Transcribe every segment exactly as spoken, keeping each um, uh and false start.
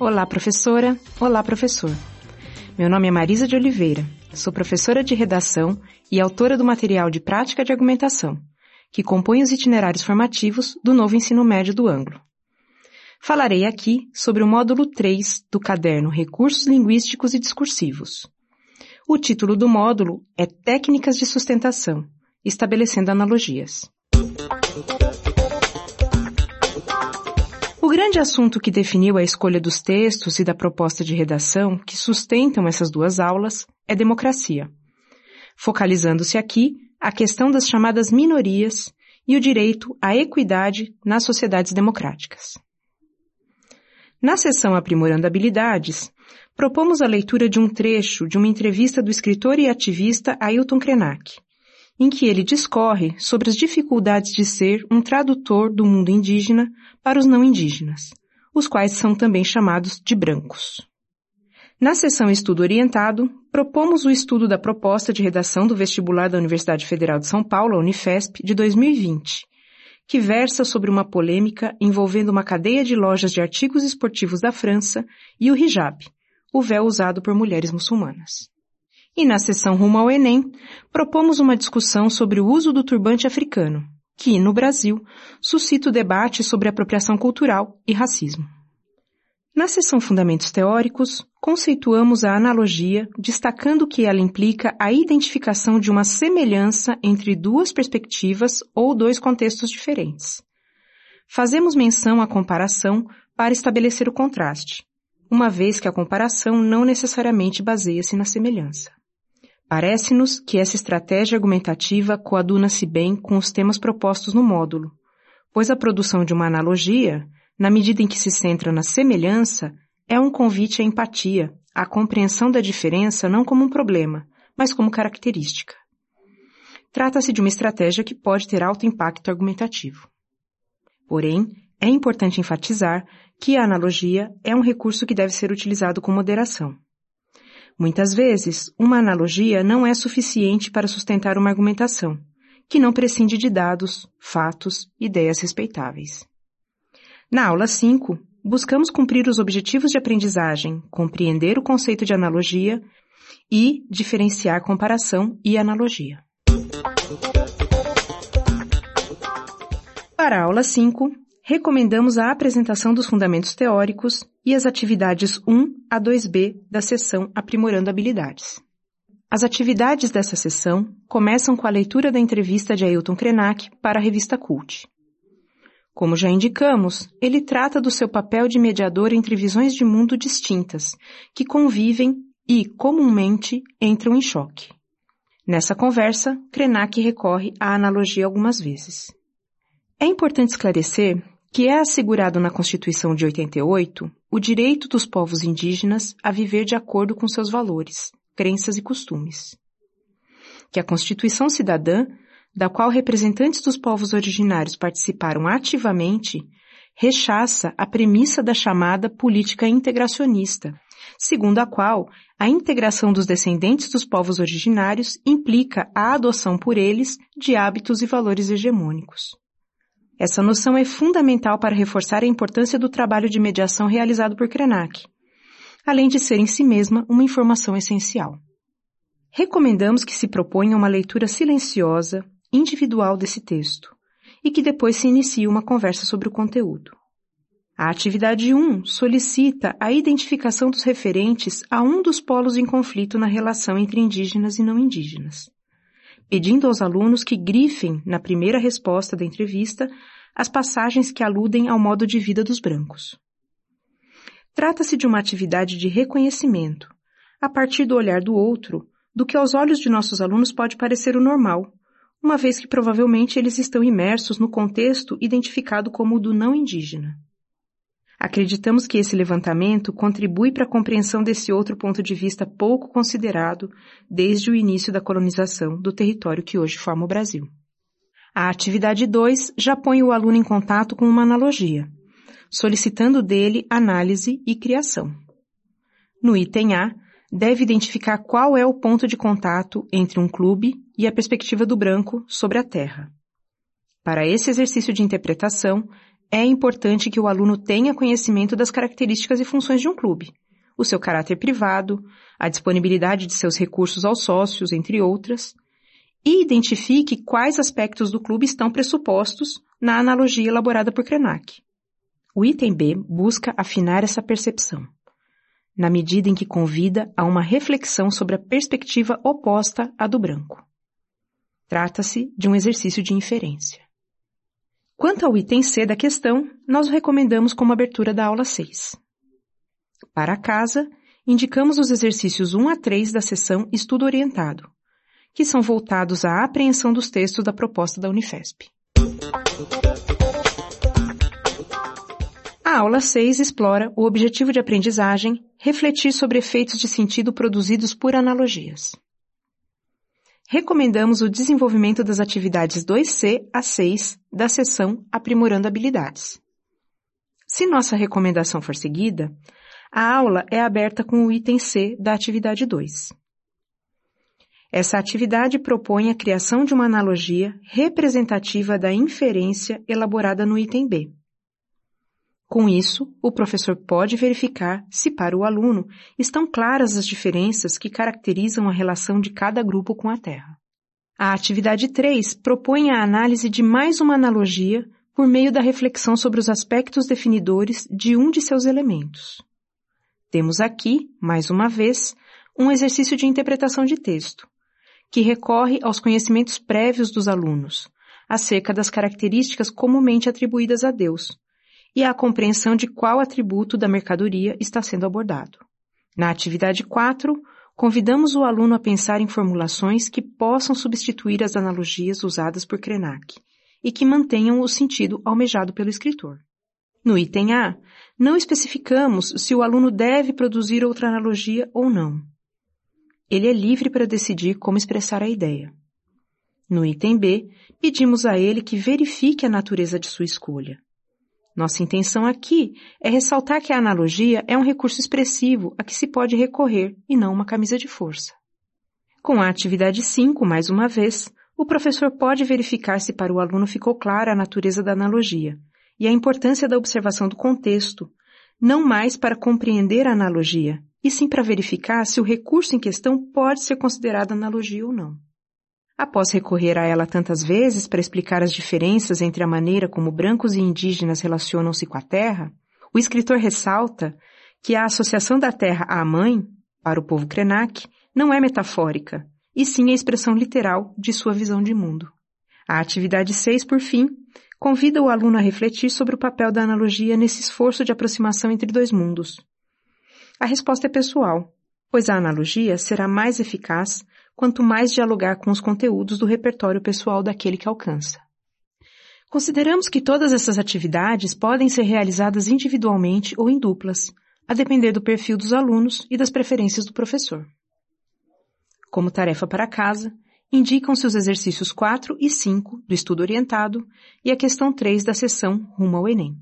Olá, professora. Olá, professor. Meu nome é Marisa de Oliveira. Sou professora de redação e autora do material de prática de argumentação, que compõe os itinerários formativos do novo ensino médio do Anglo. Falarei aqui sobre o módulo três do caderno Recursos Linguísticos e Discursivos. O título do módulo é Técnicas de Sustentação, estabelecendo analogias. O grande assunto que definiu a escolha dos textos e da proposta de redação que sustentam essas duas aulas é democracia, focalizando-se aqui a questão das chamadas minorias e o direito à equidade nas sociedades democráticas. Na seção Aprimorando Habilidades, propomos a leitura de um trecho de uma entrevista do escritor e ativista Ailton Krenak, em que ele discorre sobre as dificuldades de ser um tradutor do mundo indígena para os não indígenas, os quais são também chamados de brancos. Na seção Estudo Orientado, propomos o estudo da proposta de redação do vestibular da Universidade Federal de São Paulo, a Unifesp, de dois mil e vinte, que versa sobre uma polêmica envolvendo uma cadeia de lojas de artigos esportivos da França e o hijab, o véu usado por mulheres muçulmanas. E na seção Rumo ao Enem, propomos uma discussão sobre o uso do turbante africano, que, no Brasil, suscita o debate sobre apropriação cultural e racismo. Na seção Fundamentos Teóricos, conceituamos a analogia, destacando que ela implica a identificação de uma semelhança entre duas perspectivas ou dois contextos diferentes. Fazemos menção à comparação para estabelecer o contraste, uma vez que a comparação não necessariamente baseia-se na semelhança. Parece-nos que essa estratégia argumentativa coaduna-se bem com os temas propostos no módulo, pois a produção de uma analogia, na medida em que se centra na semelhança, é um convite à empatia, à compreensão da diferença não como um problema, mas como característica. Trata-se de uma estratégia que pode ter alto impacto argumentativo. Porém, é importante enfatizar que a analogia é um recurso que deve ser utilizado com moderação. Muitas vezes, uma analogia não é suficiente para sustentar uma argumentação, que não prescinde de dados, fatos, ideias respeitáveis. Na aula cinco, buscamos cumprir os objetivos de aprendizagem, compreender o conceito de analogia e diferenciar comparação e analogia. Para a aula cinco, recomendamos a apresentação dos fundamentos teóricos e as atividades um a dois B da seção Aprimorando Habilidades. As atividades dessa seção começam com a leitura da entrevista de Ailton Krenak para a revista Cult. Como já indicamos, ele trata do seu papel de mediador entre visões de mundo distintas, que convivem e, comumente, entram em choque. Nessa conversa, Krenak recorre à analogia algumas vezes. É importante esclarecer que é assegurado na Constituição de oitenta e oito o direito dos povos indígenas a viver de acordo com seus valores, crenças e costumes. Que a Constituição Cidadã, da qual representantes dos povos originários participaram ativamente, rechaça a premissa da chamada política integracionista, segundo a qual a integração dos descendentes dos povos originários implica a adoção por eles de hábitos e valores hegemônicos. Essa noção é fundamental para reforçar a importância do trabalho de mediação realizado por Krenak, além de ser em si mesma uma informação essencial. Recomendamos que se proponha uma leitura silenciosa, individual desse texto, e que depois se inicie uma conversa sobre o conteúdo. A atividade um solicita a identificação dos referentes a um dos polos em conflito na relação entre indígenas e não indígenas, pedindo aos alunos que grifem, na primeira resposta da entrevista, as passagens que aludem ao modo de vida dos brancos. Trata-se de uma atividade de reconhecimento, a partir do olhar do outro, do que aos olhos de nossos alunos pode parecer o normal, uma vez que provavelmente eles estão imersos no contexto identificado como o do não indígena. Acreditamos que esse levantamento contribui para a compreensão desse outro ponto de vista pouco considerado desde o início da colonização do território que hoje forma o Brasil. A atividade dois já põe o aluno em contato com uma analogia, solicitando dele análise e criação. No item A, deve identificar qual é o ponto de contato entre um clube e a perspectiva do branco sobre a terra. Para esse exercício de interpretação, é importante que o aluno tenha conhecimento das características e funções de um clube, o seu caráter privado, a disponibilidade de seus recursos aos sócios, entre outras, e identifique quais aspectos do clube estão pressupostos na analogia elaborada por Krenak. O item B busca afinar essa percepção, na medida em que convida a uma reflexão sobre a perspectiva oposta à do branco. Trata-se de um exercício de inferência. Quanto ao item C da questão, nós o recomendamos como abertura da aula seis. Para casa, indicamos os exercícios um a três da seção Estudo Orientado, que são voltados à apreensão dos textos da proposta da Unifesp. A aula seis explora o objetivo de aprendizagem, refletir sobre efeitos de sentido produzidos por analogias. Recomendamos o desenvolvimento das atividades dois C a seis da seção Aprimorando Habilidades. Se nossa recomendação for seguida, a aula é aberta com o item C da atividade dois. Essa atividade propõe a criação de uma analogia representativa da inferência elaborada no item B. Com isso, o professor pode verificar se para o aluno estão claras as diferenças que caracterizam a relação de cada grupo com a Terra. A atividade três propõe a análise de mais uma analogia por meio da reflexão sobre os aspectos definidores de um de seus elementos. Temos aqui, mais uma vez, um exercício de interpretação de texto, que recorre aos conhecimentos prévios dos alunos, acerca das características comumente atribuídas a Deus, e à compreensão de qual atributo da mercadoria está sendo abordado. Na atividade quatro, convidamos o aluno a pensar em formulações que possam substituir as analogias usadas por Krenak e que mantenham o sentido almejado pelo escritor. No item A, não especificamos se o aluno deve produzir outra analogia ou não. Ele é livre para decidir como expressar a ideia. No item B, pedimos a ele que verifique a natureza de sua escolha. Nossa intenção aqui é ressaltar que a analogia é um recurso expressivo a que se pode recorrer e não uma camisa de força. Com a atividade cinco, mais uma vez, o professor pode verificar se para o aluno ficou clara a natureza da analogia e a importância da observação do contexto, não mais para compreender a analogia, e sim para verificar se o recurso em questão pode ser considerado analogia ou não. Após recorrer a ela tantas vezes para explicar as diferenças entre a maneira como brancos e indígenas relacionam-se com a Terra, o escritor ressalta que a associação da Terra à Mãe, para o povo Krenak, não é metafórica, e sim a expressão literal de sua visão de mundo. A atividade seis, por fim, convida o aluno a refletir sobre o papel da analogia nesse esforço de aproximação entre dois mundos. A resposta é pessoal, pois a analogia será mais eficaz quanto mais dialogar com os conteúdos do repertório pessoal daquele que alcança. Consideramos que todas essas atividades podem ser realizadas individualmente ou em duplas, a depender do perfil dos alunos e das preferências do professor. Como tarefa para casa, indicam-se os exercícios quatro e cinco do estudo orientado e a questão três da seção Rumo ao Enem.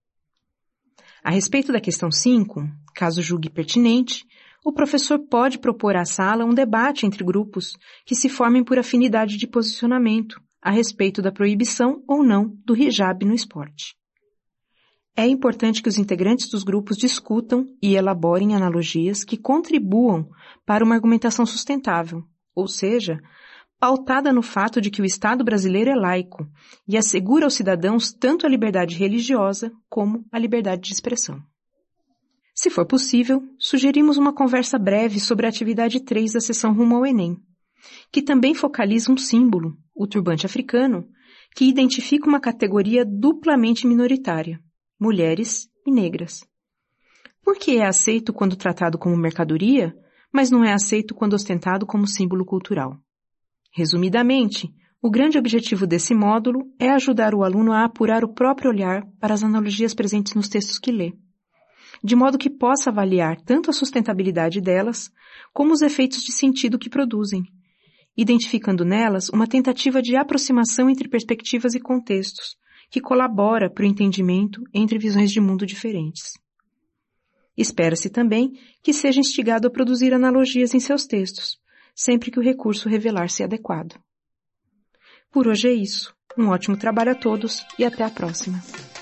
A respeito da questão cinco, caso julgue pertinente, o professor pode propor à sala um debate entre grupos que se formem por afinidade de posicionamento a respeito da proibição ou não do hijab no esporte. É importante que os integrantes dos grupos discutam e elaborem analogias que contribuam para uma argumentação sustentável, ou seja, pautada no fato de que o Estado brasileiro é laico e assegura aos cidadãos tanto a liberdade religiosa como a liberdade de expressão. Se for possível, sugerimos uma conversa breve sobre a atividade três da seção Rumo ao Enem, que também focaliza um símbolo, o turbante africano, que identifica uma categoria duplamente minoritária, mulheres e negras. Por que é aceito quando tratado como mercadoria, mas não é aceito quando ostentado como símbolo cultural? Resumidamente, o grande objetivo desse módulo é ajudar o aluno a apurar o próprio olhar para as analogias presentes nos textos que lê, de modo que possa avaliar tanto a sustentabilidade delas, como os efeitos de sentido que produzem, identificando nelas uma tentativa de aproximação entre perspectivas e contextos, que colabora para o entendimento entre visões de mundo diferentes. Espera-se também que seja instigado a produzir analogias em seus textos, sempre que o recurso revelar-se adequado. Por hoje é isso. Um ótimo trabalho a todos e até a próxima.